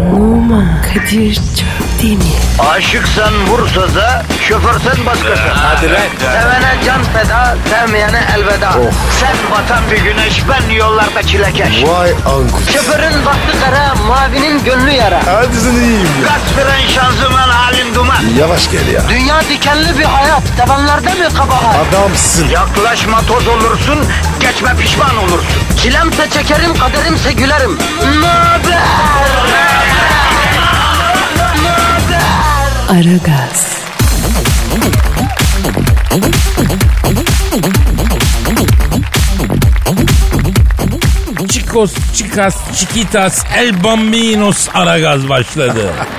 Numan Kadir Çöpdemir. Aşıksan vursa da, şoförsen başkasın. Hadi lan. Sevene can feda, sevmeyene elveda. Sen batan bir güneş, ben yollarda çilekeş. Vay anku. Şoförün baktı kara, mavinin gönlü yara. Hadi sen iyiyim ya. Kasperen şanzıman halin duman. Yavaş gel ya. Dünya dikenli bir hayat, sevenlerde mi kabahar? Adamsın. Yaklaşma toz olursun, geçme pişman olursun. Çilemse çekerim, kaderimse gülerim. Möber! Aragaz. Chicos, chicas, chiquitas, el bambinos Aragaz başladı.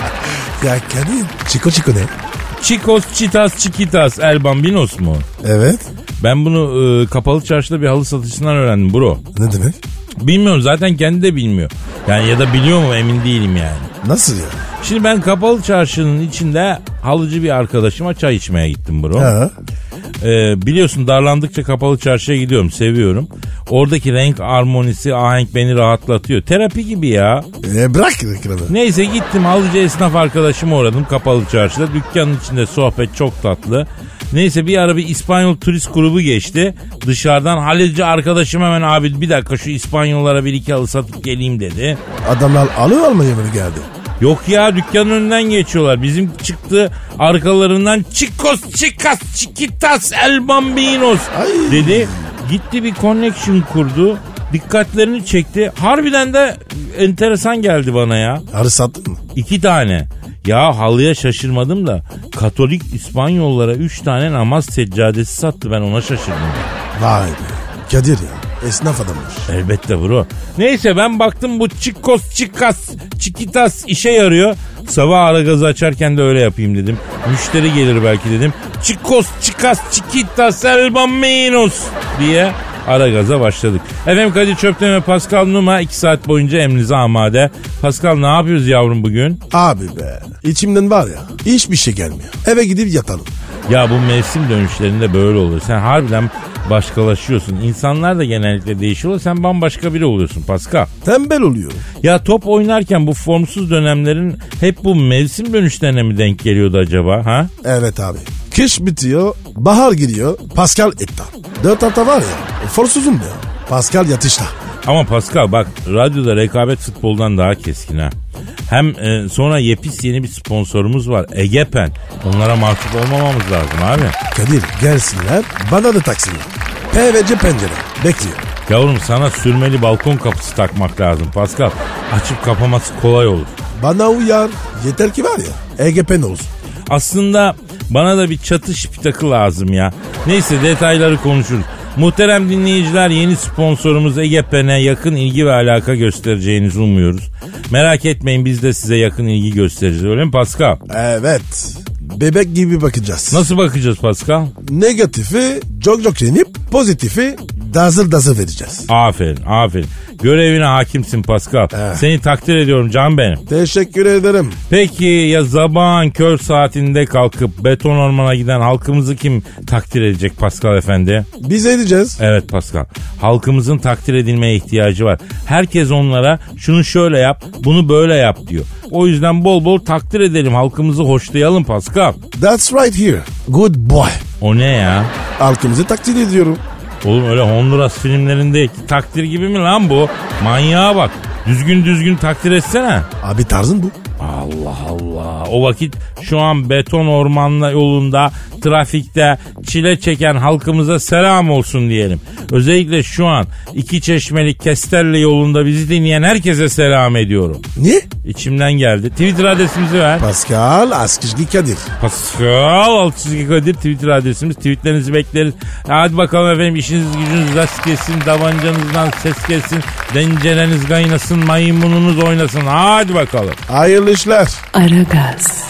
Ya Kadir. Çiko ne? Chicos, chitas, chiquitas, el bambinos mu? Evet. Ben bunu kapalı çarşıda bir halı satışından öğrendim bro. Ne demek? Bilmiyorum, zaten kendi de bilmiyor. Yani ya da biliyor mu emin değilim yani. Nasıl ya? Şimdi ben kapalı çarşının içinde halıcı bir arkadaşıma çay içmeye gittim bro. Ha. Biliyorsun darlandıkça kapalı çarşıya gidiyorum, seviyorum. Oradaki renk armonisi, ahenk beni rahatlatıyor. Terapi gibi ya. Bırak reklamı. Neyse gittim, halıcı esnaf arkadaşıma uğradım kapalı çarşıda. Dükkanın içinde sohbet çok tatlı. Neyse bir ara bir İspanyol turist grubu geçti. Dışarıdan halıcı arkadaşım hemen abi bir dakika şu İspanyollara bir iki halı satıp geleyim dedi. Adamlar almaya mı geldi? Yok ya, dükkanın önünden geçiyorlar. Bizim çıktı arkalarından Chicos, chicas, chiquitas, el bambinos dedi. Gitti bir connection kurdu. Dikkatlerini çekti. Harbiden de enteresan geldi bana ya. Arı sattın mı? 2 tane. Ya halıya şaşırmadım da Katolik İspanyollara 3 tane namaz seccadesi sattı, ben ona şaşırdım. Vay be. Kadir ya. Esnaf adammış. Elbette bro. Neyse ben baktım bu Chicos, chicas, chiquitas işe yarıyor. Sabah Aragaz'ı açarken de öyle yapayım dedim. Müşteri gelir belki dedim. Chicos, chicas, chiquitas, el bambinos diye Aragaz'a başladık. Efendim Kadir Çöpdemir, Pascal Numa 2 saat boyunca emrinize amade. Pascal ne yapıyoruz yavrum bugün? Abi be. İçimden var ya hiçbir şey gelmiyor. Eve gidip yatalım. Ya bu mevsim dönüşlerinde böyle olur. Sen harbiden başkalaşıyorsun. İnsanlar da genellikle değişiyor. Sen bambaşka biri oluyorsun Pascal. Tembel oluyor. Ya top oynarken bu formsuz dönemlerin hep bu mevsim dönüşlerine mi denk geliyordu acaba? Ha? Evet abi. Kış bitiyor, bahar giriyor, Pascal iptal. 4 hafta var ya, forsuzum ya. Pascal yatışta. Ama Pascal bak, radyoda rekabet futboldan daha keskin ha. Hem sonra yepis yeni bir sponsorumuz var, Egepen. Onlara mahcup olmamamız lazım abi. Kadir gelsinler, bana da taksınlar. PVC pencere bekliyor. Yavrum sana sürmeli balkon kapısı takmak lazım Pascal. Açıp kapaması kolay olur. Bana uyar. Yeter ki var ya, Egepen olsun. Aslında bana da bir çatı şiptakı lazım ya. Neyse detayları konuşuruz. Muhterem dinleyiciler, yeni sponsorumuz Egepen'e yakın ilgi ve alaka göstereceğinizi umuyoruz. Merak etmeyin, biz de size yakın ilgi göstereceğiz, öyle mi Pascal? Evet. Bebek gibi bakacağız. Nasıl bakacağız Pascal? Negatifi çok yenip pozitifi dazır vereceğiz. Aferin aferin. Görevine hakimsin Pascal. Seni takdir ediyorum can benim. Teşekkür ederim. Peki ya sabahın kör saatinde kalkıp beton ormana giden halkımızı kim takdir edecek Pascal efendi? Biz edeceğiz. Evet Pascal. Halkımızın takdir edilmeye ihtiyacı var. Herkes onlara şunu şöyle yap, bunu böyle yap diyor. O yüzden bol bol takdir edelim, halkımızı hoşlayalım Pascal. That's right here. Good boy. O ne ya? Halkımızı takdir ediyorum. Oğlum öyle Honduras filmlerindeki takdir gibi mi lan bu? Manyağa bak. Düzgün takdir etsene. Abi tarzın bu. Allah Allah. O vakit şu an beton ormanla yolunda trafikte çile çeken halkımıza selam olsun diyelim. Özellikle şu an iki çeşmeli Kesterle yolunda bizi dinleyen herkese selam ediyorum. Niye? İçimden geldi. Twitter adresimizi ver. Pascal Askışgi Kadir. Pascal Askışgi Kadir Twitter adresimiz. Tweetlerinizi bekleriz. Hadi bakalım efendim, işiniz gücünüz rast gelsin, tabancanızdan ses gelsin, dencereniz kaynasın, maymununuz oynasın. Hadi bakalım. Hayırlı işler. Aragaz.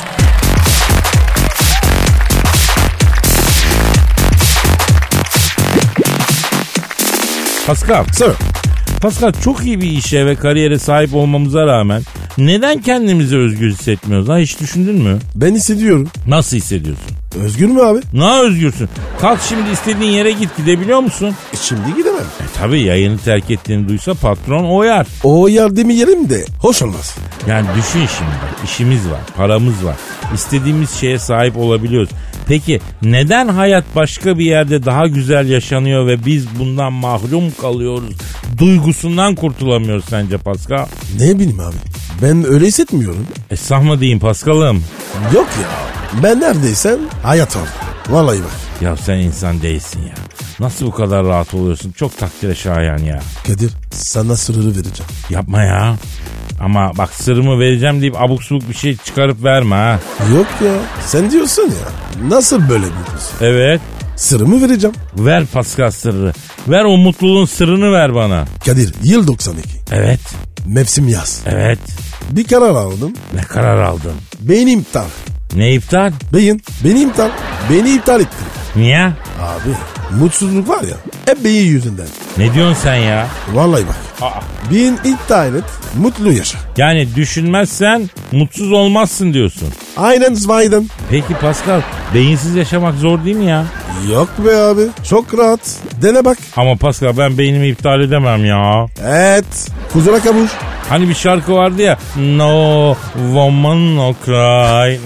Pascal. Sir. Pascal, çok iyi bir işe ve kariyere sahip olmamıza rağmen neden kendimizi özgür hissetmiyoruz? Ha, hiç düşündün mü? Ben hissediyorum. Nasıl hissediyorsun? Özgür mü abi? Ne özgürsün? Kalk şimdi istediğin yere git, gidebiliyor musun? Şimdi gidemem. Tabii yayını terk ettiğini duysa patron oyar. O yardımı yerim de hoş olmaz. Yani düşün şimdi, işimiz var, paramız var. İstediğimiz şeye sahip olabiliyoruz. Peki neden hayat başka bir yerde daha güzel yaşanıyor ve biz bundan mahrum kalıyoruz? Duygusundan kurtulamıyoruz sence Pascal? Ne bileyim abi. Ben öyle hissetmiyorum. Esnaf mı diyeyim Pascal'ım? Yok ya. Ben neredeyse hayat orada. Vallahi bak. Ya sen insan değilsin ya. Nasıl bu kadar rahat oluyorsun? Çok takdire şayan ya. Kadir sana sırrı vereceğim. Yapma ya. Ama bak sırrımı vereceğim deyip abuk subuk bir şey çıkarıp verme ha. Yok ya. Sen diyorsun ya. Nasıl böyle biliyorsun? Evet. Sırrımı vereceğim. Ver Pascal sırrı. Ver o mutluluğun sırrını ver bana. Kadir yıl 92. Evet. Mevsim yaz. Evet. Bir karar aldım. Ne karar aldın? Beni iptal. Ne iptal? Beni iptal. Beni iptal ettin. Niye? Abi mutsuzluk var ya hep beyin yüzünden. Ne diyorsun sen ya? Vallahi bak. Beyin iptal et mutlu yaşa. Yani düşünmezsen mutsuz olmazsın diyorsun. Aynen Zwiden. Peki Pascal, beyinsiz yaşamak zor değil mi ya? Yok be abi çok rahat. Dene bak. Ama Pascal ben beynimi iptal edemem ya. Evet. Kuzuna kavuş. Hani bir şarkı vardı ya. No woman no cry.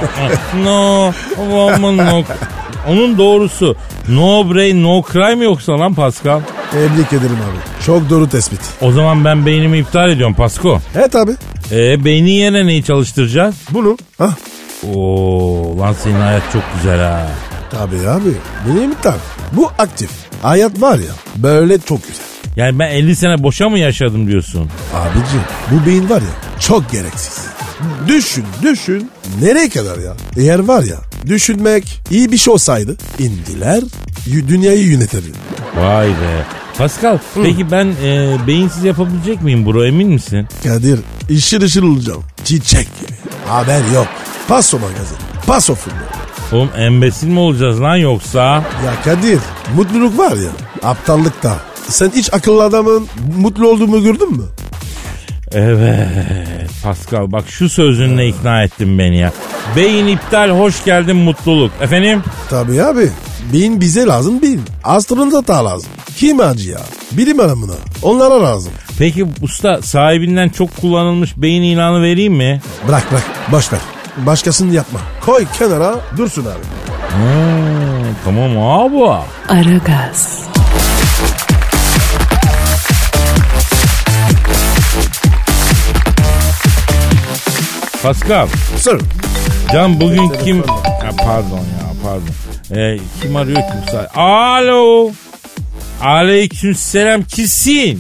No woman no cry. Onun doğrusu no brain no cry mi yoksa lan Pascal? Tebrik ederim abi. Çok doğru tespit. O zaman ben beynimi iptal ediyorum Pasko. Evet abi. Beynin yerine neyi çalıştıracağız? Bunu. Hah. Oo lan senin hayat çok güzel ha. Tabii abi. Benim iptal. Bu aktif. Hayat var ya böyle çok güzel. Yani ben 50 sene boşa mı yaşadım diyorsun? Abici bu beyin var ya çok gereksiz. Düşün. Nereye kadar ya? Eğer var ya düşünmek iyi bir şey olsaydı indiler dünyayı yönetirdi. Vay be. Pascal peki ben beyinsiz yapabilecek miyim bro, emin misin? Kadir ışıl olacağım. Çiçek gibi. Haber yok. Paso magazin. Paso futbol. Oğlum embesil mi olacağız lan yoksa? Ya Kadir mutluluk var ya aptallıkta. Sen hiç akıllı adamın mutlu olduğumu gördün mü? Evet Pascal bak şu sözünle ikna ettin beni ya. Beyin iptal, hoş geldin mutluluk. Efendim? Tabii abi. Beyin bize lazım değil. Astronota lazım. Kim acı ya? Bilim adamına. Onlara lazım. Peki usta sahibinden çok kullanılmış beyin ilanı vereyim mi? Bırak boş ver. Başkasını yapma. Koy kenara dursun abi. Tamam abi. Aragaz. Pascal. Sir. Can bugün kim... Ya pardon. Kim arıyor ki bu saat? Alo. Aleykümselam, kimsin?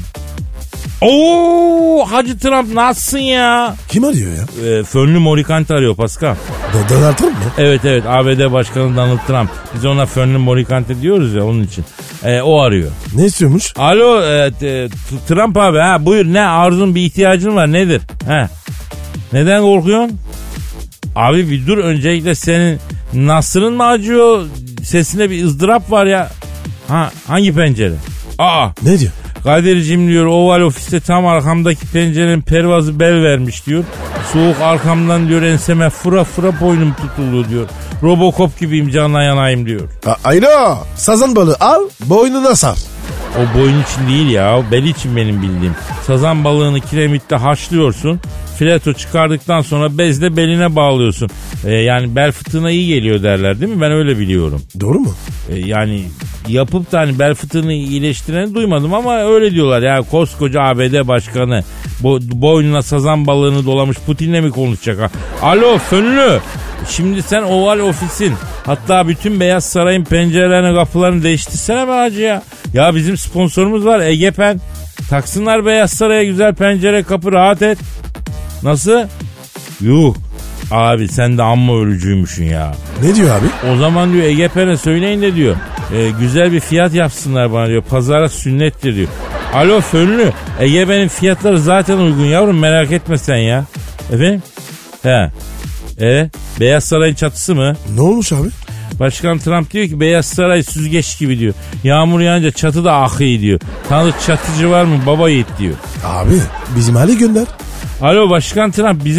Oo, Hacı Trump nasılsın ya? Kim arıyor ya? Fönlü Morikant arıyor Pascal. Donald Trump mı? Evet ABD Başkanı Donald Trump. Biz ona Fönlü Morikant diyoruz ya onun için. O arıyor. Ne istiyormuş? Alo Trump abi, ha buyur, ne arzun, bir ihtiyacın var, nedir? Ha. Neden korkuyorsun? Abi bir dur, öncelikle senin Nasır'ın mı acıyor? Sesinde bir ızdırap var ya. Ha, hangi pencere? Ne diyor? Kadir'cim diyor, Oval Ofis'te tam arkamdaki pencerenin pervazı bel vermiş diyor. Soğuk arkamdan diyor enseme fıra boynum tutuldu diyor. Robocop gibiyim, canla yanayım diyor. Alo, sazan balığı al boynuna sar. O boyun için değil ya, bel için benim bildiğim. Sazan balığını kiremitte haşlıyorsun. Fileto çıkardıktan sonra bezle beline bağlıyorsun. Yani bel fıtığına iyi geliyor derler değil mi? Ben öyle biliyorum. Doğru mu? Yani yapıp da hani bel fıtığını iyileştireni duymadım ama öyle diyorlar. Ya koskoca ABD başkanı boynuna sazan balığını dolamış Putin'le mi konuşacak ha? Alo Fönlü. Şimdi sen Oval Ofis'in, hatta bütün Beyaz Saray'ın pencerelerini, kapılarını değiştirsene be hacı ya. Ya bizim sponsorumuz var Egepen. Taksınlar Beyaz Saray'a güzel pencere kapı, rahat et. Nasıl? Yuh. Abi sen de amma ölücüymüşsün ya. Ne diyor abi? O zaman diyor Egepen'e söyleyin de diyor. Güzel bir fiyat yapsınlar bana diyor. Pazara sünnettir diyor. Alo Fönlü. Egepen'in fiyatları zaten uygun yavrum, merak etme sen ya. Efendim? He. Beyaz Saray'ın çatısı mı? Ne olmuş abi? Başkan Trump diyor ki Beyaz Saray süzgeç gibi diyor. Yağmur yağınca çatı da akıyor diyor. Tanıdık çatıcı var mı baba yiğit diyor. Abi bizim hali gönder. Alo Başkan Trump, bizim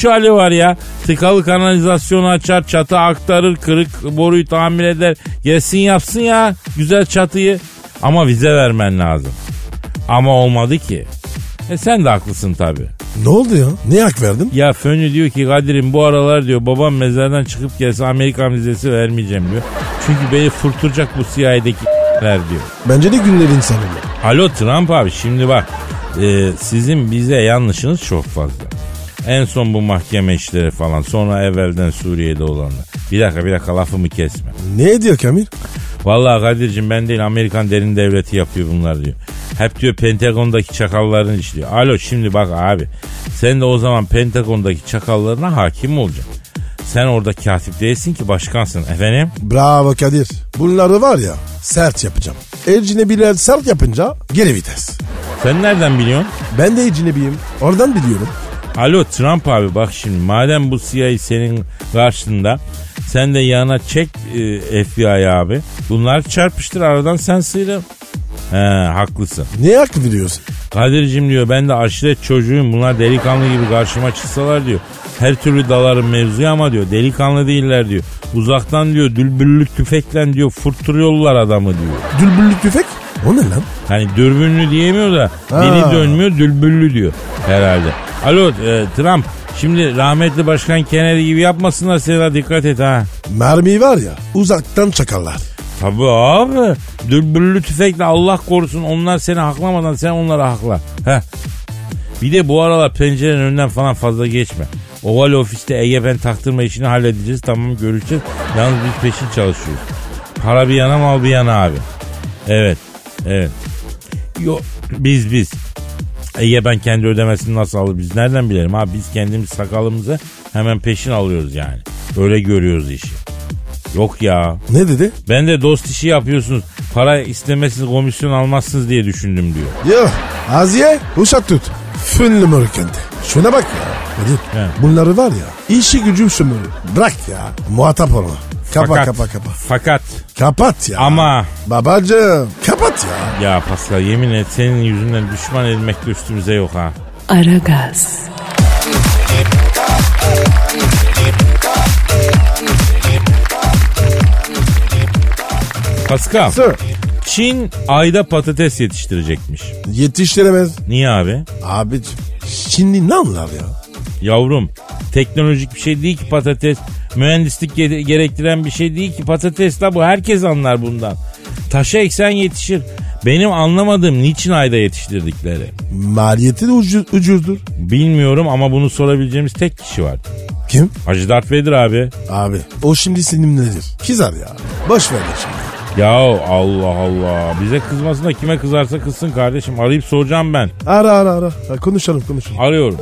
şu hali var ya. Tıkalı kanalizasyonu açar, çatı aktarır, kırık boruyu tamir eder. Gelsin yapsın ya güzel çatıyı. Ama vize vermen lazım. Ama olmadı ki. Sen de haklısın tabii. Ne oldu ya? Niye hak verdin? Ya Fönlü diyor ki Kadir'im bu aralar diyor babam mezardan çıkıp gelse Amerikan vizesi vermeyeceğim diyor. Çünkü beni fırtıracak bu CIA'dekiler diyor. Bence de günlerin sonunda. Alo Trump abi şimdi bak sizin bize yanlışınız çok fazla. En son bu mahkeme işleri falan sonra evvelden Suriye'de olanlar. Bir dakika lafımı kesme. Ne diyor Kamil? Vallahi Kadir'cim ben değil Amerikan derin devleti yapıyor bunlar diyor. Hep diyor Pentagon'daki çakalların işliyor. Alo şimdi bak abi sen de o zaman Pentagon'daki çakallarına hakim olacaksın. Sen orada katip değilsin ki başkansın efendim. Bravo Kadir. Bunları var ya sert yapacağım. Ecnebiler sert yapınca geri vites. Sen nereden biliyorsun? Ben de ecnebiyim. Oradan biliyorum. Alo Trump abi bak şimdi madem bu CIA senin karşında sen de yanına çek FBI abi. Bunlar çarpıştır aradan sen sıyrıl. Haklısın. Niye hak veriyorsun? Kadir'cim diyor ben de aşiret çocuğuyum bunlar delikanlı gibi karşıma çıksalar diyor. Her türlü dalarım mevzuya ama diyor delikanlı değiller diyor. Uzaktan diyor dürbünlü tüfekle diyor fırtırıyorlar adamı diyor. Dürbünlü tüfek? O ne lan? Hani dürbünlü diyemiyor da dili dönmüyor dürbünlü diyor herhalde. Alo Trump şimdi rahmetli Başkan Kennedy gibi yapmasınlar sana dikkat et ha. Mermi var ya uzaktan çakarlar. Tabii abi dürbünlü tüfekle Allah korusun onlar seni haklamadan sen onları hakla. Bir de bu aralar pencerenin önünden falan fazla geçme. Oval ofiste EGB'den taktırma işini halledeceğiz tamam görüşeceğiz. Yalnız biz peşin çalışıyoruz. Para bir yana mal bir yana abi. Evet. Yok biz. EGB'den kendi ödemesini nasıl alır biz nereden bilelim abi biz kendimiz sakalımızı hemen peşin alıyoruz yani. Öyle görüyoruz işi. Yok ya. Ne dedi? Ben de dost işi yapıyorsunuz. Para istemezsiniz komisyon almazsınız diye düşündüm diyor. Yok. Aziye uşak tut. Fünlü mörkende. Şuna bak ya. Kadir. Bunları var ya. İşi gücü sömürü. Bırak ya. Muhatap olma. Kapa. Fakat. Kapat ya. Ama. Babacığım kapat ya. Ya Pascal yemin et senin yüzünden düşman edilmek de üstümüze yok ha. Aragaz. Pascal. Sir. Çin ayda patates yetiştirecekmiş. Yetiştiremez. Niye abi? Abicim Çinli ne anlar ya? Yavrum teknolojik bir şey değil ki patates. Mühendislik gerektiren bir şey değil ki patates la bu. Herkes anlar bundan. Taşa eksen yetişir. Benim anlamadığım niçin ayda yetiştirdikleri. Maliyeti de ucuzdur. Bilmiyorum ama bunu sorabileceğimiz tek kişi var. Kim? Hacı Darth Vader abi. Abi o şimdi sinimlidir. Kızar ya. Boş ver şimdi. Ya Allah Allah. Bize kızmasın da kime kızarsa kızsın kardeşim. Arayıp soracağım ben. Ara. Ha, konuşalım. Arıyorum.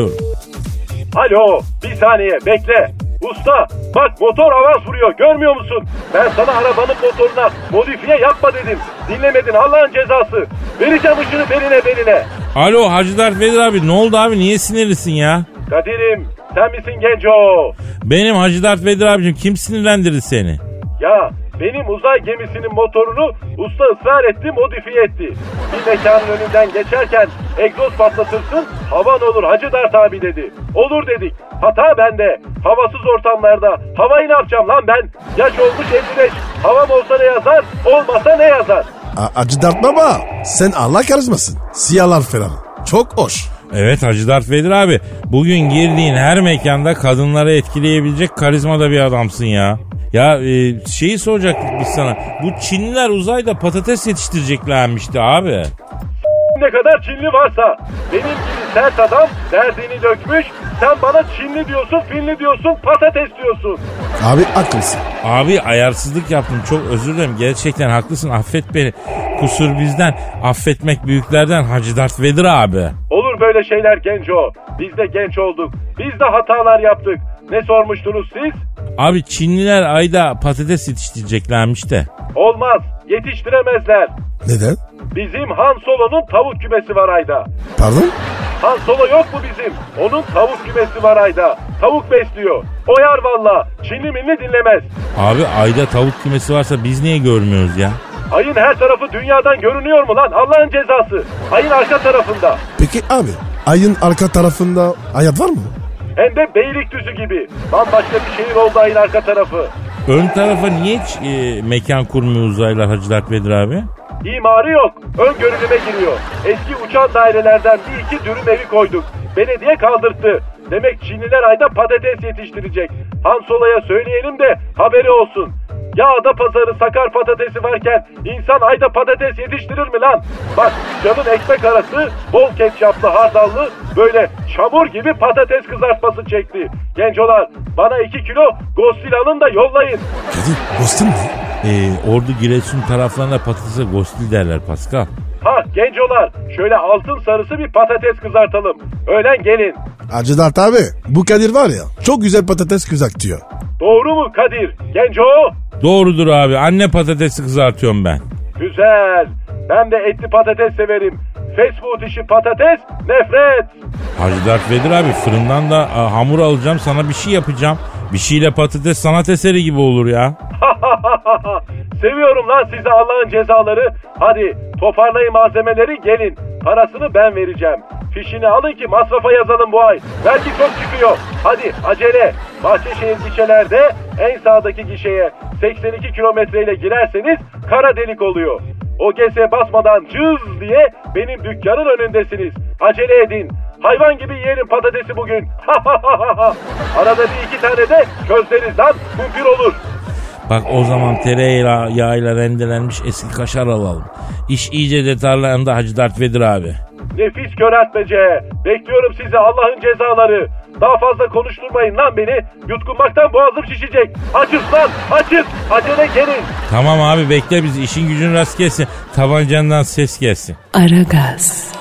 Alo bir saniye bekle. Usta bak motor avans vuruyor görmüyor musun? Ben sana arabanın motoruna modifiye yapma dedim. Dinlemedin Allah'ın cezası. Vereceğim ışını beline. Alo Hacı Darth Vader abi ne oldu abi niye sinirlisin ya? Kadir'im sen misin genco? Benim Hacı Darth Vader abicim kim sinirlendirdi seni? Ya benim uzay gemisinin motorunu usta ısrar etti modifiye etti. Bir mekanın önünden geçerken egzoz patlatırsın havan olur Hacı Dert abi dedi. Olur dedik. Hata bende. Havasız ortamlarda havayı ne yapacağım lan ben? Yaş olmuş 55. Havam olsa ne yazar olmasa ne yazar? Hacı Dert baba sen Allah karizmasın. Siyahlar falan. Çok hoş. Evet Hacı Darth Vader abi bugün girdiğin her mekanda kadınları etkileyebilecek karizmada bir adamsın ya. Ya şeyi soracaktık biz sana. Bu Çinliler uzayda patates yetiştireceklermişti abi. Ne kadar Çinli varsa benim gibi sert adam derdini dökmüş. Sen bana Çinli diyorsun, Finli diyorsun, patates diyorsun. Abi haklısın. Abi ayarsızlık yaptım çok özür dilerim. Gerçekten haklısın affet beni. Kusur bizden affetmek büyüklerden Hacı Darth Vader abi. Olur böyle şeyler genco. Biz de genç olduk. Biz de hatalar yaptık. Ne sormuştunuz siz? Abi Çinliler ayda patates yetiştireceklermiş de. Olmaz. Yetiştiremezler. Neden? Bizim Han Solo'nun tavuk kümesi var ayda. Pardon? Han Solo yok mu bizim? Onun tavuk kümesi var ayda. Tavuk besliyor. Oyar valla. Çinli minli dinlemez. Abi ayda tavuk kümesi varsa biz niye görmüyoruz ya? Ayın her tarafı dünyadan görünüyor mu lan? Allah'ın cezası. Ayın arka tarafında. Peki abi ayın arka tarafında hayat var mı? Hem de Beylikdüzü gibi. Bambaşka bir şehir oldu ayın arka tarafı. Ön tarafa niye hiç mekan kurmuyor uzaylılar Hacı Dert Vedir abi? İmarı yok. Ön görünüme giriyor. Eski uçan dairelerden bir iki dürüm evi koyduk. Belediye kaldırttı. Demek Çinliler ayda patates yetiştirecek. Han Solo'ya söyleyelim de haberi olsun. Ya Adapazarı sakar patatesi varken insan ayda patates yetiştirir mi lan? Bak canın ekmek arası bol ketçaplı hardallı böyle çamur gibi patates kızartması çekti. Gencolar bana 2 kilo gostil alın da yollayın. Kadir Boston ne? Ordu Giresun taraflarında patatese gostil derler Pascal. Ha gencolar şöyle altın sarısı bir patates kızartalım. Öğlen gelin. Hacı Dert abi bu Kadir var ya çok güzel patates kızartıyor. Doğru mu Kadir? Genco? Doğrudur abi. Anne patatesi kızartıyorum ben. Güzel. Ben de etli patates severim. Fast food işi patates nefret. Hacı Dert Vedir abi fırından da hamur alacağım sana bir şey yapacağım. Bir şeyle patates sanat eseri gibi olur ya. Seviyorum lan sizi Allah'ın cezaları. Hadi toparlayın malzemeleri gelin. Parasını ben vereceğim. Fişini alın ki masrafa yazalım bu ay. Belki çok çıkıyor. Hadi acele. Bahçeşehir gişelerde en sağdaki gişeye 82 kilometreyle girerseniz kara delik oluyor. O GS basmadan cız diye benim dükkanın önündesiniz. Acele edin. Hayvan gibi yiyelim patatesi bugün. Arada bir iki tane de közleriz lan. Kumpir olur. Bak o zaman tereyağıyla rendelenmiş eski kaşar alalım. İş iyice detaylandı Hacı Dert Vedir abi. Nefis köreltmece. Bekliyorum sizi Allah'ın cezaları. Daha fazla konuşturmayın lan beni. Yutkunmaktan boğazım şişecek. Açız lan açız. Acele gelin. Tamam abi bekle bizi. İşin gücün rast gelsin. Tabancandan ses gelsin. Aragaz.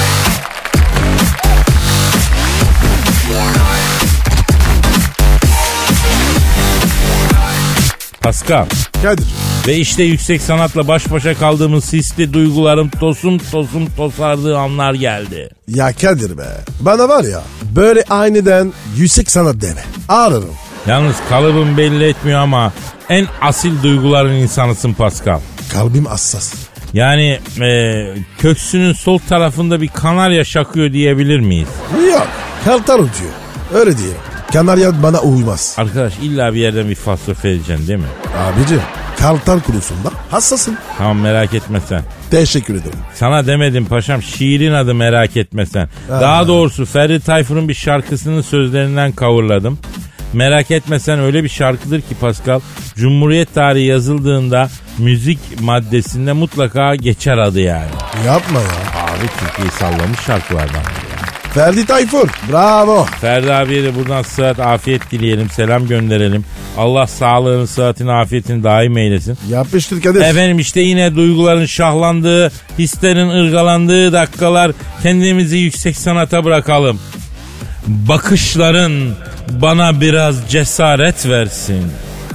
Pascal. Kadir. Ve işte yüksek sanatla baş başa kaldığımız hisli duygularım tosum tosardığı anlar geldi. Ya Kadir be. Bana var ya böyle aniden yüksek sanat deme. Ağrırım. Yalnız kalıbım belli etmiyor ama en asil duyguların insanısın Pascal. Kalbim hassas. Yani köksünün sol tarafında bir kanarya şakıyor diyebilir miyiz? Yok. Kartal uçuyor. Öyle diyelim. Kanarya bana uymaz. Arkadaş illa bir yerden bir fasıl edeceksin değil mi? Abicim kartal konusunda hassasım. Tamam merak etme sen. Teşekkür ederim. Sana demedim paşam şiirin adı merak etme sen. Daha doğrusu Ferdi Tayfur'un bir şarkısının sözlerinden kavurladım. Merak etme sen öyle bir şarkıdır ki Pascal. Cumhuriyet tarihi yazıldığında müzik maddesinde mutlaka geçer adı yani. Yapma ya. Abi Türkiye'yi sallamış şarkılardan. Ferdi Tayfur. Bravo. Ferdi abiye de buradan sıhhat afiyet dileyelim. Selam gönderelim. Allah sağlığını, sıhhatini, afiyetini daim eylesin. Yapıştır Kadir. Efendim işte yine duyguların şahlandığı, hislerin ırgalandığı dakikalar, kendimizi yüksek sanata bırakalım. Bakışların bana biraz cesaret versin.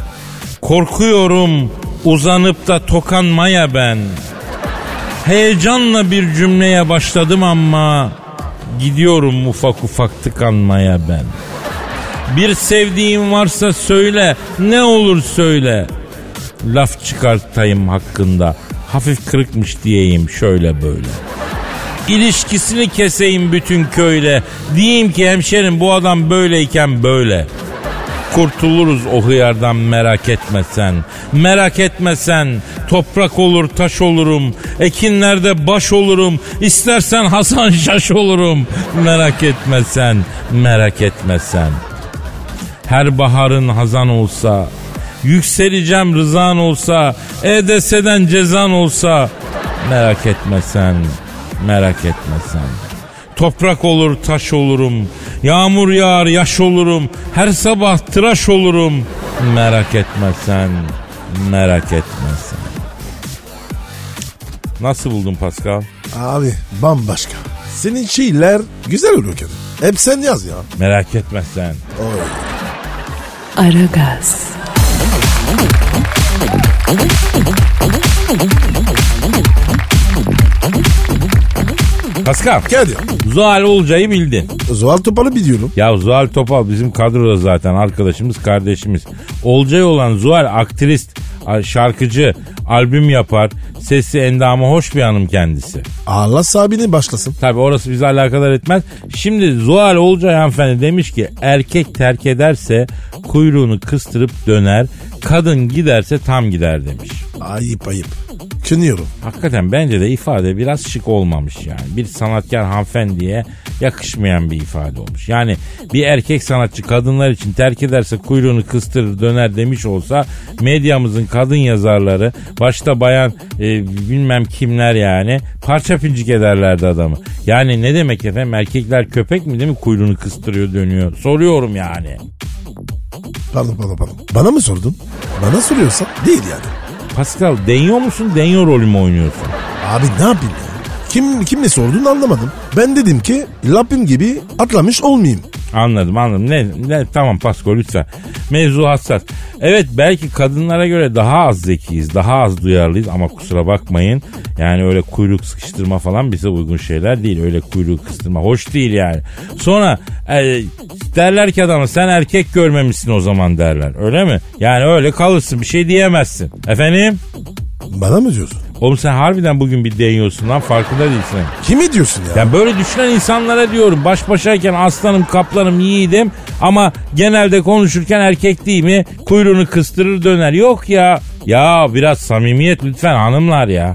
Korkuyorum uzanıp da tokanmaya ben. Heyecanla bir cümleye başladım ama gidiyorum ufak ufak tıkanmaya ben. Bir sevdiğin varsa söyle, ne olur söyle. Laf çıkartayım hakkında, hafif kırıkmış diyeyim şöyle böyle. İlişkisini keseyim bütün köyle, diyeyim ki hemşerim bu adam böyleyken böyle. Kurtuluruz o hıyardan merak etme sen. Merak etme sen. Toprak olur taş olurum. Ekinlerde baş olurum. İstersen Hasan Şaş olurum. Merak etme sen. Merak etme sen. Her baharın hazan olsa, yükseleceğim rızan olsa, EDS'den cezan olsa, merak etme sen. Merak etme sen. Toprak olur taş olurum. Yağmur yağar yaş olurum. Her sabah tıraş olurum. Merak etme sen. Merak etme sen. Nasıl buldun Pascal? Abi bambaşka. Senin şiirler güzel olur Kadir. Hep sen yaz ya. Merak etme sen. Oy. Aragaz. Pascal. Kadir. Zuhal Olcay'ı bildin. Zuhal Topal'ı biliyorum. Ya Zuhal Topal bizim kadroda zaten arkadaşımız, kardeşimiz. Olcay olan Zuhal aktrist, şarkıcı, albüm yapar, Sesi endamı hoş bir hanım kendisi. Allah sahibini başlasın. Tabii orası bizi alakadar etmez. Şimdi Zuhal Olcay hanımefendi demiş ki erkek terk ederse kuyruğunu kıstırıp döner, kadın giderse tam gider demiş. Ayıp ayıp. Kınıyorum. Hakikaten bence de ifade biraz şık olmamış yani. Bir sanatkar hanımefendiye yakışmayan bir ifade olmuş. Yani bir erkek sanatçı kadınlar için terk ederse kuyruğunu kıstırır döner demiş olsa medyamızın kadın yazarları başta bayan bilmem kimler yani parça pincik ederlerdi adamı. Yani ne demek efendim, erkekler köpek mi değil mi kuyruğunu kıstırıyor dönüyor, soruyorum yani. Pardon. Bana mı sordun? Bana soruyorsan değil yani. Pascal deniyor musun, deniyor rolü mü oynuyorsun? Abi ne yapayım ya? Kim ne sorduğunu anlamadım. Ben dedim ki lapim gibi atlamış olmayayım. Anladım. Ne tamam Pasko lütfen. Mevzu hassas. Evet belki kadınlara göre daha az zekiyiz, daha az duyarlıyız ama kusura bakmayın. Yani öyle kuyruk sıkıştırma falan bize uygun şeyler değil. Öyle kuyruk kıstırma hoş değil yani. Sonra derler ki adama sen erkek görmemişsin o zaman derler. Öyle mi? Yani öyle kalırsın, bir şey diyemezsin. Efendim? Bana mı diyorsun? Oğlum sen harbiden bugün bir deniyorsun lan, farkında değilsin. Kimi diyorsun ya? Ya böyle düşünen insanlara diyorum, baş başayken aslanım kaplanım yiğidim ama genelde konuşurken erkek değil mi kuyruğunu kıstırır döner. Yok ya. Ya biraz samimiyet lütfen hanımlar ya.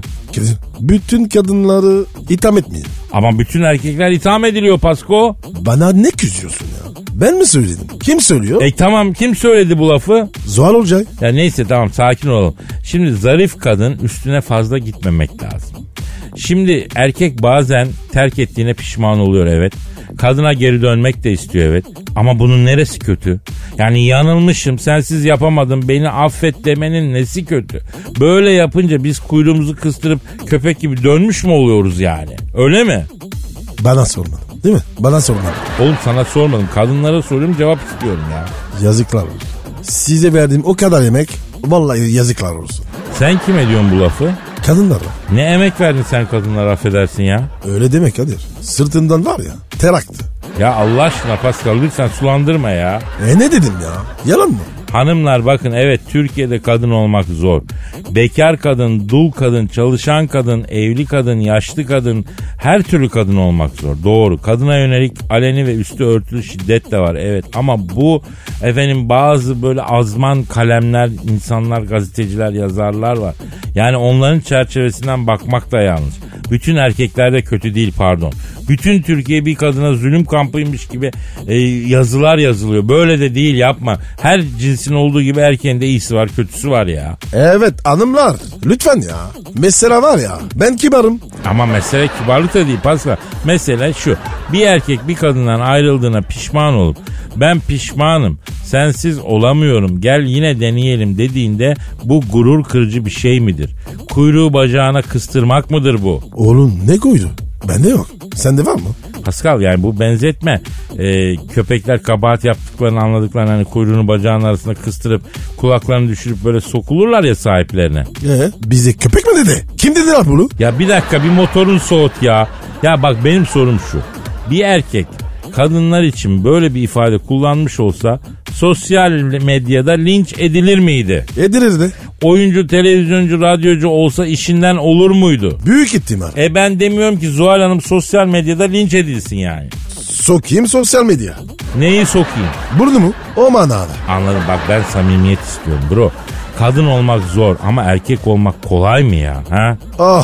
Bütün kadınları itham etmeyin. Ama bütün erkekler itham ediliyor Pasko. Bana ne küsüyorsun ya? Ben mi söyledim? Kim söylüyor? Tamam, kim söyledi bu lafı? Zuhal Olcay. Ya neyse tamam, sakin olalım. Şimdi zarif kadın üstüne fazla gitmemek lazım. Şimdi erkek bazen terk ettiğine pişman oluyor, evet. Kadına geri dönmek de istiyor, evet. Ama bunun neresi kötü? Yani yanılmışım, sensiz yapamadım, beni affet demenin nesi kötü? Böyle yapınca biz kuyruğumuzu kıstırıp köpek gibi dönmüş mü oluyoruz yani? Öyle mi? Bana sormadın değil mi? Bana sormadın. Oğlum sana sormadım, kadınlara soruyorum, cevap istiyorum ya. Yazıklar olsun. Size verdiğim o kadar yemek vallahi yazıklar olsun. Sen kime diyorsun bu lafı? Kadınlara. Ne emek verdin sen kadınlara, affedersin ya? Öyle demek Kadir. Sırtından var ya ter aktı. Ya Allah aşkına Pascal lütfen sulandırma ya. Ne dedim ya? Yalan mı? Hanımlar bakın, evet Türkiye'de kadın olmak zor. Bekar kadın, dul kadın, çalışan kadın, evli kadın, yaşlı kadın, her türlü kadın olmak zor. Doğru. Kadına yönelik aleni ve üstü örtülü şiddet de var. Evet ama bu efendim bazı böyle azman kalemler, insanlar, gazeteciler, yazarlar var. Yani onların çerçevesinden bakmak da yanlış. Bütün erkekler de kötü değil, pardon. Bütün Türkiye bir kadına zulüm kampıymış gibi yazılar yazılıyor. Böyle de değil, yapma. Her cinsin olduğu gibi erkeğin de iyisi var, kötüsü var ya. Evet hanımlar lütfen ya. Mesela var ya ben kibarım. Ama mesele kibarlık da değil Pascal. Mesele şu: bir erkek bir kadından ayrıldığına pişman olup ben pişmanım, sensiz olamıyorum, gel yine deneyelim dediğinde bu gurur kırıcı bir şey midir? Kuyruğu bacağına kıstırmak mıdır bu? Oğlum ne koydu? Bende yok. Sende var mı? Pascal yani bu benzetme. Köpekler kabahat yaptıklarını anladıklarını hani kuyruğunu bacağının arasına kıstırıp kulaklarını düşürüp böyle sokulurlar ya sahiplerine. Bize köpek mi dedi? Kim dedi lan bunu? Ya bir dakika, bir motorun soğut ya. Ya bak benim sorum şu: bir erkek kadınlar için böyle bir ifade kullanmış olsa sosyal medyada linç edilir miydi? Edilirdi. Oyuncu, televizyoncu, radyocu olsa işinden olur muydu? Büyük ihtimal. Ben demiyorum ki Zuhal Hanım sosyal medyada linç edilsin yani. Sokayım sosyal medya. Neyi sokayım? Burnu mu? O manada. Anladım, bak ben samimiyet istiyorum bro. Kadın olmak zor ama erkek olmak kolay mı ya? Ha?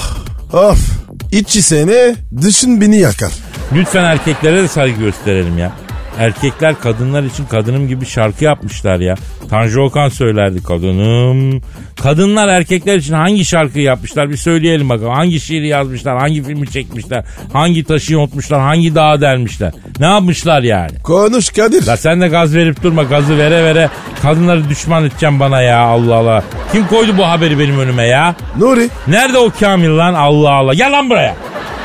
Of. İçi seni, dışın beni yakar. Lütfen erkeklere de saygı gösterelim ya. Erkekler kadınlar için kadınım gibi şarkı yapmışlar ya. Tanju Okan söylerdi kadınım. Kadınlar erkekler için hangi şarkıyı yapmışlar bir söyleyelim bakalım. Hangi şiiri yazmışlar, hangi filmi çekmişler, hangi taşı yontmuşlar, hangi dağa delmişler. Ne yapmışlar yani? Konuş Kadir. La sen de gaz verip durma, gazı vere vere kadınları düşman edeceğim bana ya, Allah Allah. Kim koydu bu haberi benim önüme ya? Nuri. Nerede o Kamil lan, Allah Allah. Gel lan buraya.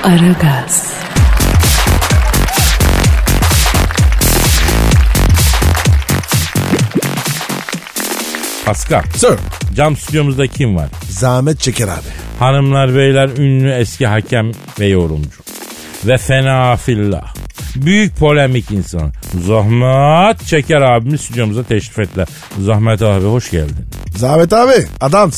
Aragaz. Pascal. Sir. Cam stüdyomuzda kim var? Zahmet Çeker abi. Hanımlar beyler, ünlü eski hakem ve yorumcu. Ve fena fillah. Büyük polemik insan. Zahmet Çeker abimiz stüdyomuza teşrif ettiler. Zahmet abi hoş geldin. Zahmet abi adamsın.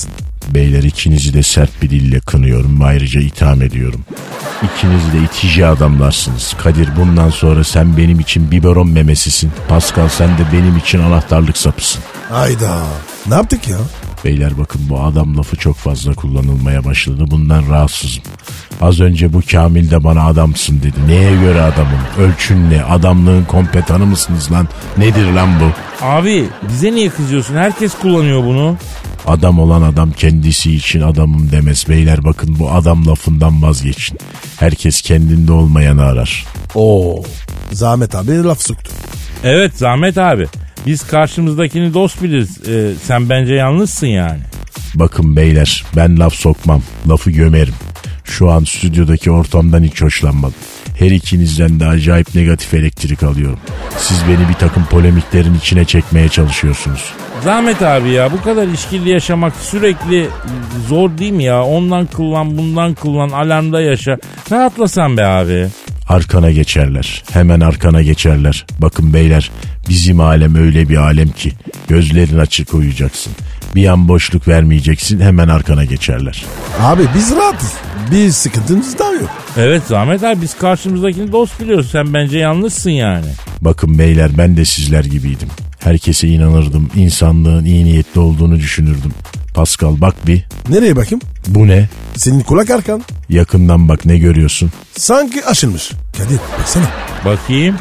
Beyler ikinizi de sert bir dille kınıyorum ve ayrıca itham ediyorum. İkiniz de itici adamlarsınız. Kadir bundan sonra sen benim için biberon memesisin. Pascal sen de benim için anahtarlık sapısın. Hayda. Ne yaptık ya? Beyler bakın bu adam lafı çok fazla kullanılmaya başladı. Bundan rahatsızım. Az önce bu Kamil de bana adamsın dedi. Neye göre adamım? Ölçün ne? Adamlığın kompetanı mısınız lan? Nedir lan bu? Abi bize niye kızıyorsun? Herkes kullanıyor bunu. Adam olan adam kendisi için adamım demez. Beyler bakın bu adam lafından vazgeçin. Herkes kendinde olmayanı arar. Oo. Zahmet abi laf soktu. Evet Zahmet abi. Biz karşımızdakini dost biliriz. Sen bence yalnızsın yani. Bakın beyler ben laf sokmam. Lafı gömerim. Şu an stüdyodaki ortamdan hiç hoşlanmadım. Her ikinizden de acayip negatif elektrik alıyorum. Siz beni bir takım polemiklerin içine çekmeye çalışıyorsunuz. Zahmet abi ya bu kadar işkilli yaşamak sürekli zor değil mi ya? Ondan kullan bundan kullan alarmda yaşa. Rahatlasan be abi. Arkana geçerler. Hemen arkana geçerler. Bakın beyler bizim alem öyle bir alem ki gözlerin açık uyuyacaksın. Bir an boşluk vermeyeceksin hemen arkana geçerler. Abi biz rahatız. Bir sıkıntımız daha yok. Evet Zahmet abi biz karşımızdakini dost biliyoruz. Sen bence yalnızsın yani. Bakın beyler ben de sizler gibiydim. Herkese inanırdım. İnsanlığın iyi niyetli olduğunu düşünürdüm. Pascal bak bir. Nereye bakayım? Bu ne? Senin kulak arkan. Yakından bak ne görüyorsun? Sanki aşılmış. Kadir baksana. Bakayım.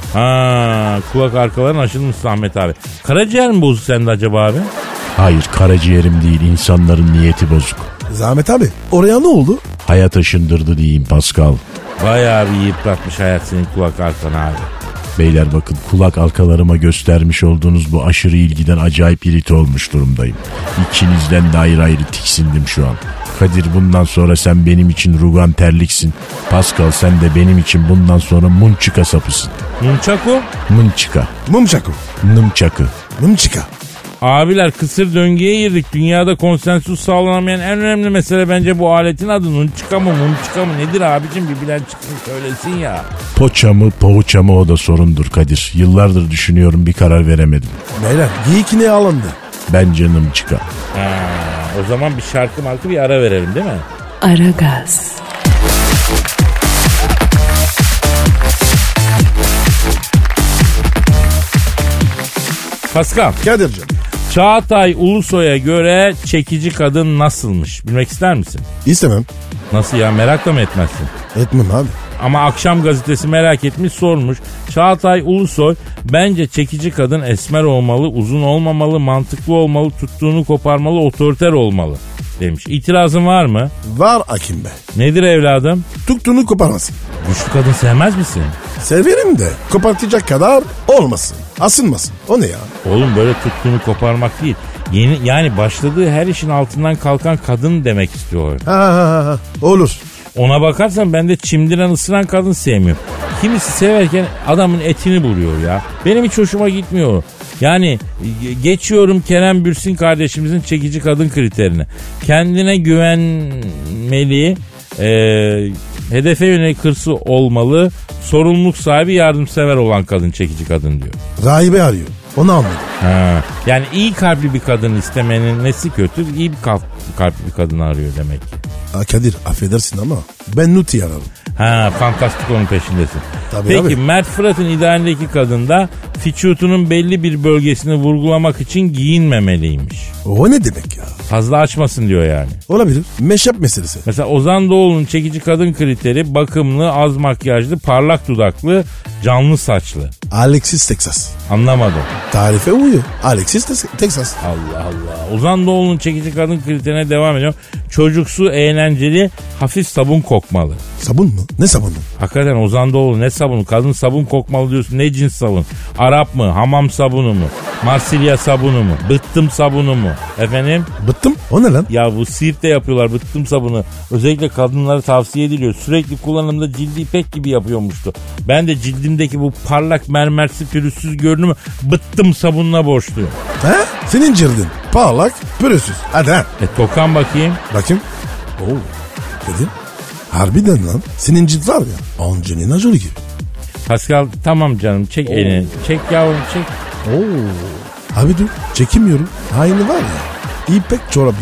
Ha, kulak arkaların aşılmış Zahmet abi. Karaciğer mi bozuk sende acaba abi? Hayır karaciğerim değil insanların niyeti bozuk. Zahmet abi oraya ne oldu? Hayat aşındırdı diyeyim Pascal. Bayağı bir yıpratmış hayat senin kulak arkan abi. Beyler bakın kulak arkalarıma göstermiş olduğunuz bu aşırı ilgiden acayip irite olmuş durumdayım. İkinizden de ayrı ayrı tiksindim şu an. Kadir bundan sonra sen benim için rugan terliksin. Pascal sen de benim için bundan sonra munçika sapısın. Nunçako? Mınçika. Mumçako. Nımçakı. Mumçika. Abiler kısır döngüye girdik. Dünyada konsensus sağlanamayan en önemli mesele bence bu aletin adı. Nunçika mı mumçika mı nedir abicim bir bilen çıksın söylesin ya. Poça mı poğuça mı o da sorundur Kadir. Yıllardır düşünüyorum bir karar veremedim. Beyler geyik ne alındı? Bence nımçika. Ha, o zaman bir şarkı markı bir ara verelim değil mi? Aragaz. Pascal. Kadir'cim. Çağatay Ulusoy'a göre çekici kadın nasılmış? Bilmek ister misin? İstemem. Nasıl ya merakla mı etmezsin? Etmem abi. Ama Akşam Gazetesi merak etmiş sormuş. Çağatay Ulusoy bence çekici kadın esmer olmalı, uzun olmamalı, mantıklı olmalı, tuttuğunu koparmalı, otoriter olmalı demiş. İtirazın var mı? Var Akim Bey. Nedir evladım? Tuttuğunu koparmasın. Güçlü kadın sevmez misin? Severim de kopartacak kadar olmasın. Asılmasın. O ne ya? Oğlum böyle tuttuğunu koparmak değil. Yani başladığı her işin altından kalkan kadın demek istiyor. Ha. Olur. Ona bakarsan ben de çimdiren ısıran kadın sevmiyorum. Kimisi severken adamın etini buluyor ya. Benim hiç hoşuma gitmiyor. Yani geçiyorum Kerem Bürsin kardeşimizin çekici kadın kriterini. Kendine güvenmeli, hedefe yönelik hırsı olmalı, sorumluluk sahibi yardımsever olan kadın çekici kadın diyor. Rahibe arıyor. Onu anladım. Ha, yani iyi kalpli bir kadın istemenin nesi kötü? İyi bir kalpli bir kadın arıyor demek ki. Kadir affedersin ama ben Nuti ararım. Ha, fantastik onun peşindesin. Tabii Peki abi. Mert Fırat'ın idealindeki kadın da vücudunun belli bir bölgesini vurgulamak için giyinmemeliymiş. O ne demek ya? Fazla açmasın diyor yani. Olabilir. Meşap meselesi. Mesela Ozan Doğulu'nun çekici kadın kriteri bakımlı, az makyajlı, parlak dudaklı, canlı saçlı. Alexis Texas. Anlamadım. Tarife uyuyor. Alexis Texas. Allah Allah. Ozan Doğulu'nun çekici kadın kriterine devam ediyorum. Çocuksu, eğlenceli, hafif sabun kokmalı. Sabun mu? Ne sabunu? Hakikaten Ozan Doğulu ne sabunu? Kadın sabun kokmalı diyorsun. Ne cins sabun? Arap mı? Hamam sabunu mu? Marsilya sabunu mu? Bıttım sabunu mu? Efendim? Bıttım. O ne lan? Ya bu Siirt'te yapıyorlar bıttım sabunu. Özellikle kadınlara tavsiye ediliyor. Sürekli kullanımda cildi ipek gibi yapıyormuştu. Ben de cildimdeki bu parlak mermersi pürüzsüz görünümü bıttım sabununa borçluyum. He? Senin cildin. Parlak, pürüzsüz. Hadi ha. Tokan bakayım. Bakayım. Oo. Kadir. Harbiden lan. Senin cilt var ya. Angelina Jolie gibi. Pascal tamam canım çek elini. Çek yavrum çek. Oo. Abi dur. Çekemiyorum. Aynı var ya. İpek çorabıyla.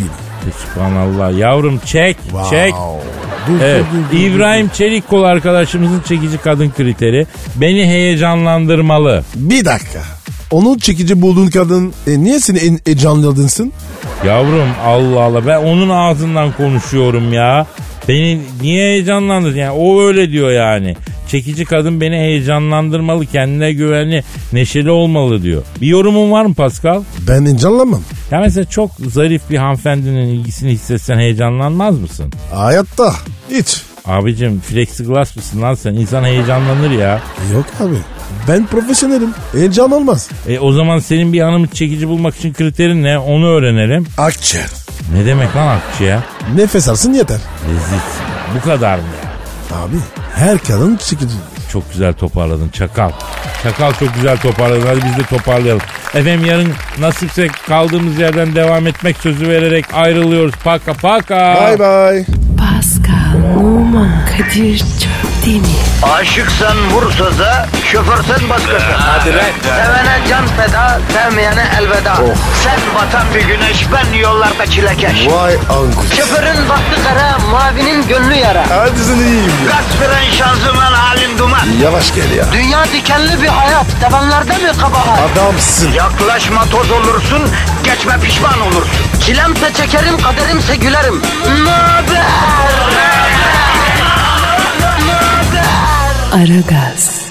Subhanallah. Yavrum çek. Wow. Çek. Dur, Evet. dur. İbrahim Çelikkol arkadaşımızın çekici kadın kriteri beni heyecanlandırmalı. Bir dakika. Onun çekici bulduğun kadın niye seni heyecanlandırsın? Yavrum Allah Allah, ben onun ağzından konuşuyorum ya. Beni niye heyecanlandırdın? Yani o öyle diyor yani. Çekici kadın beni heyecanlandırmalı, kendine güvenli, neşeli olmalı diyor. Bir yorumun var mı Pascal? Ben heyecanlanmam. Ya mesela çok zarif bir hanımefendinin ilgisini hissetsen heyecanlanmaz mısın? Hayatta hiç. Abicim flexiglass mısın lan sen? İnsan heyecanlanır ya. Yok abi. Ben profesyonelim. Heyecan olmaz. O zaman senin bir hanımı çekici bulmak için kriterin ne? Onu öğrenelim. Akciğer. Ne demek lan akciğer? Nefes alsın yeter. Lezzet. Bu kadar mı ya? Abi her kadın çekici. Çok güzel toparladın Çakal. Çakal çok güzel toparladın. Hadi biz de toparlayalım. Efendim yarın nasipse kaldığımız yerden devam etmek sözü vererek ayrılıyoruz. Paka paka. Bye bye. Pascal, Oman, Kadir çok değil mi? Aşıksan vursa da, şoförsen başkasın. Hadi lan. Sevene can feda, sevmeyene elveda. Sen batan bir güneş, ben yollarda çilekeş. Vay anku. Şoförün baktı kara, mavinin gönlü yara. Hadi sen iyiyim ya. Kasperen şanzıman halin duman. Yavaş gel ya. Dünya dikenli bir hayat, sevenlerde mi kabahar? Adamsın. Yaklaşma toz olursun, geçme pişman olursun. Çilemse çekerim, kaderimse gülerim. Möber! Aragaz.